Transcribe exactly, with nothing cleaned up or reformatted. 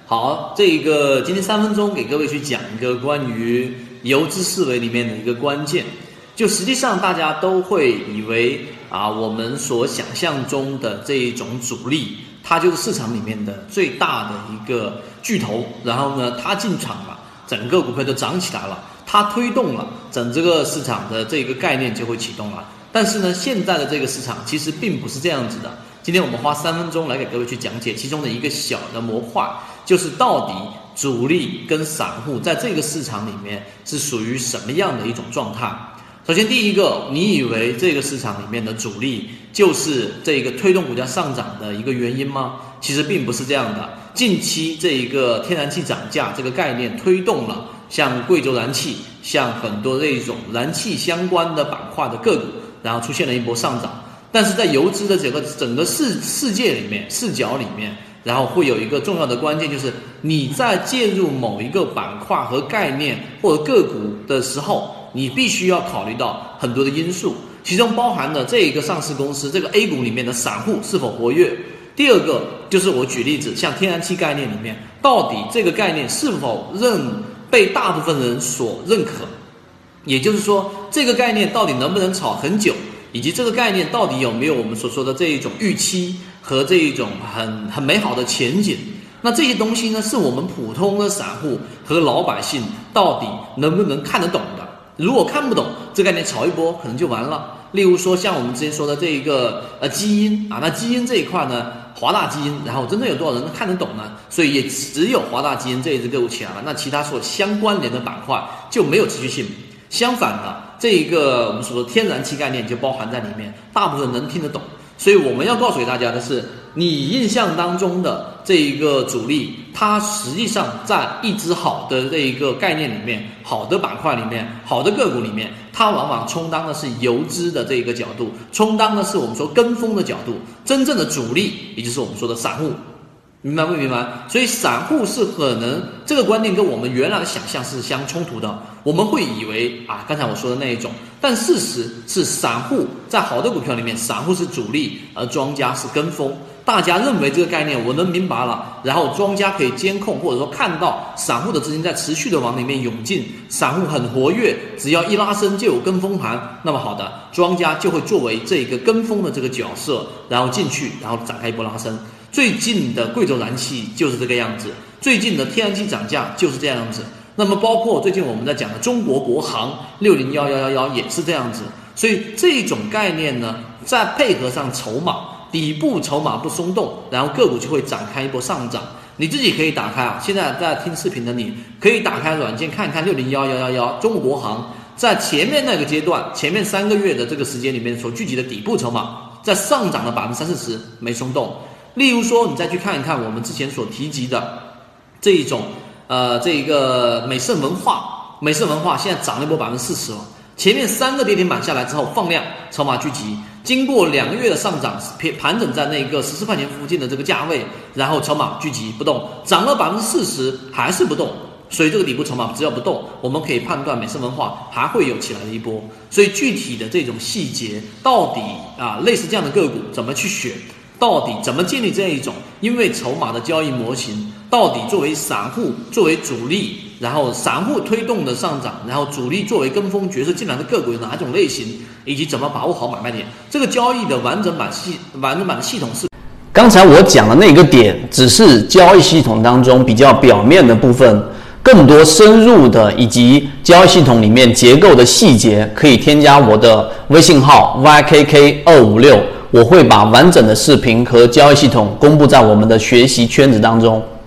好，这一个今天三分钟给各位去讲一个关于游资思维里面的一个关键。就实际上大家都会以为啊，我们所想象中的这一种主力，它就是市场里面的最大的一个巨头，然后呢，它进场了，整个股票就涨起来了，它推动了整这个市场的这个概念就会启动了。但是呢，现在的这个市场其实并不是这样子的。今天我们花三分钟来给各位去讲解其中的一个小的模块，就是到底主力跟散户在这个市场里面是属于什么样的一种状态。首先第一个，你以为这个市场里面的主力就是这个推动股价上涨的一个原因吗？其实并不是这样的。近期这一个天然气涨价这个概念推动了像贵州燃气，像很多这种燃气相关的板块的个股，然后出现了一波上涨。但是在游资的整个整个世世界里面视角里面，然后会有一个重要的关键，就是你在介入某一个板块和概念或者个股的时候，你必须要考虑到很多的因素，其中包含了这一个上市公司这个 A 股里面的散户是否活跃。第二个就是我举例子，像天然气概念里面，到底这个概念是否认被大部分人所认可，也就是说这个概念到底能不能炒很久，以及这个概念到底有没有我们所说的这一种预期和这一种很很美好的前景。那这些东西呢，是我们普通的散户和老百姓到底能不能看得懂的。如果看不懂，这个概念炒一波可能就完了。例如说像我们之前说的这一个呃基因啊，那基因这一块呢，华大基因，然后真正有多少人能看得懂呢？所以也只有华大基因这一只个股起来了，那其他所相关联的板块就没有持续性。相反的，这一个我们所说的天然气概念就包含在里面，大部分人听得懂。所以我们要告诉给大家的是，你印象当中的这一个主力，它实际上在一只好的这一个概念里面，好的板块里面，好的个股里面，它往往充当的是游资的这一个角度，充当的是我们说跟风的角度。真正的主力也就是我们说的散户，明白不明白？所以散户是可能这个观念跟我们原来的想象是相冲突的。我们会以为啊，刚才我说的那一种，但事实是散户在好的股票里面，散户是主力，而庄家是跟风。大家认为这个概念我能明白了，然后庄家可以监控或者说看到散户的资金在持续的往里面涌进，散户很活跃，只要一拉升就有跟风盘，那么好的，庄家就会作为这个跟风的这个角色，然后进去，然后展开一波拉升。最近的贵州燃气就是这个样子，最近的天然气涨价就是这样子。那么包括最近我们在讲的中国国航六零一一一一也是这样子。所以这种概念呢，再配合上筹码，底部筹码不松动，然后个股就会展开一波上涨。你自己可以打开啊，现在在听视频的你可以打开软件看一看六零一一一一中国国航在前面那个阶段，前面三个月的这个时间里面所聚集的底部筹码在上涨了百分之三四十，没松动。例如说，你再去看一看我们之前所提及的这一种呃这一个美盛文化，美盛文化现在涨了一波百分之四十了。前面三个跌停板下来之后放量，筹码聚集，经过两个月的上涨，盘整在那个十四块钱附近的这个价位，然后筹码聚集不动，涨了百分之四十还是不动。所以这个底部筹码只要不动，我们可以判断美盛文化还会有起来的一波。所以具体的这种细节，到底啊类似这样的个股怎么去选？到底怎么建立这一种因为筹码的交易模型？到底作为散户，作为主力，然后散户推动的上涨，然后主力作为跟风角色进来的个股有哪种类型，以及怎么把握好买卖点？这个交易的完整版系完整版的系统是。 刚才我讲的那个点，只是交易系统当中比较表面的部分，更多深入的以及交易系统里面结构的细节，可以添加我的微信号 Y K K 二五六。我会把完整的视频和交易系统公布在我们的学习圈子当中。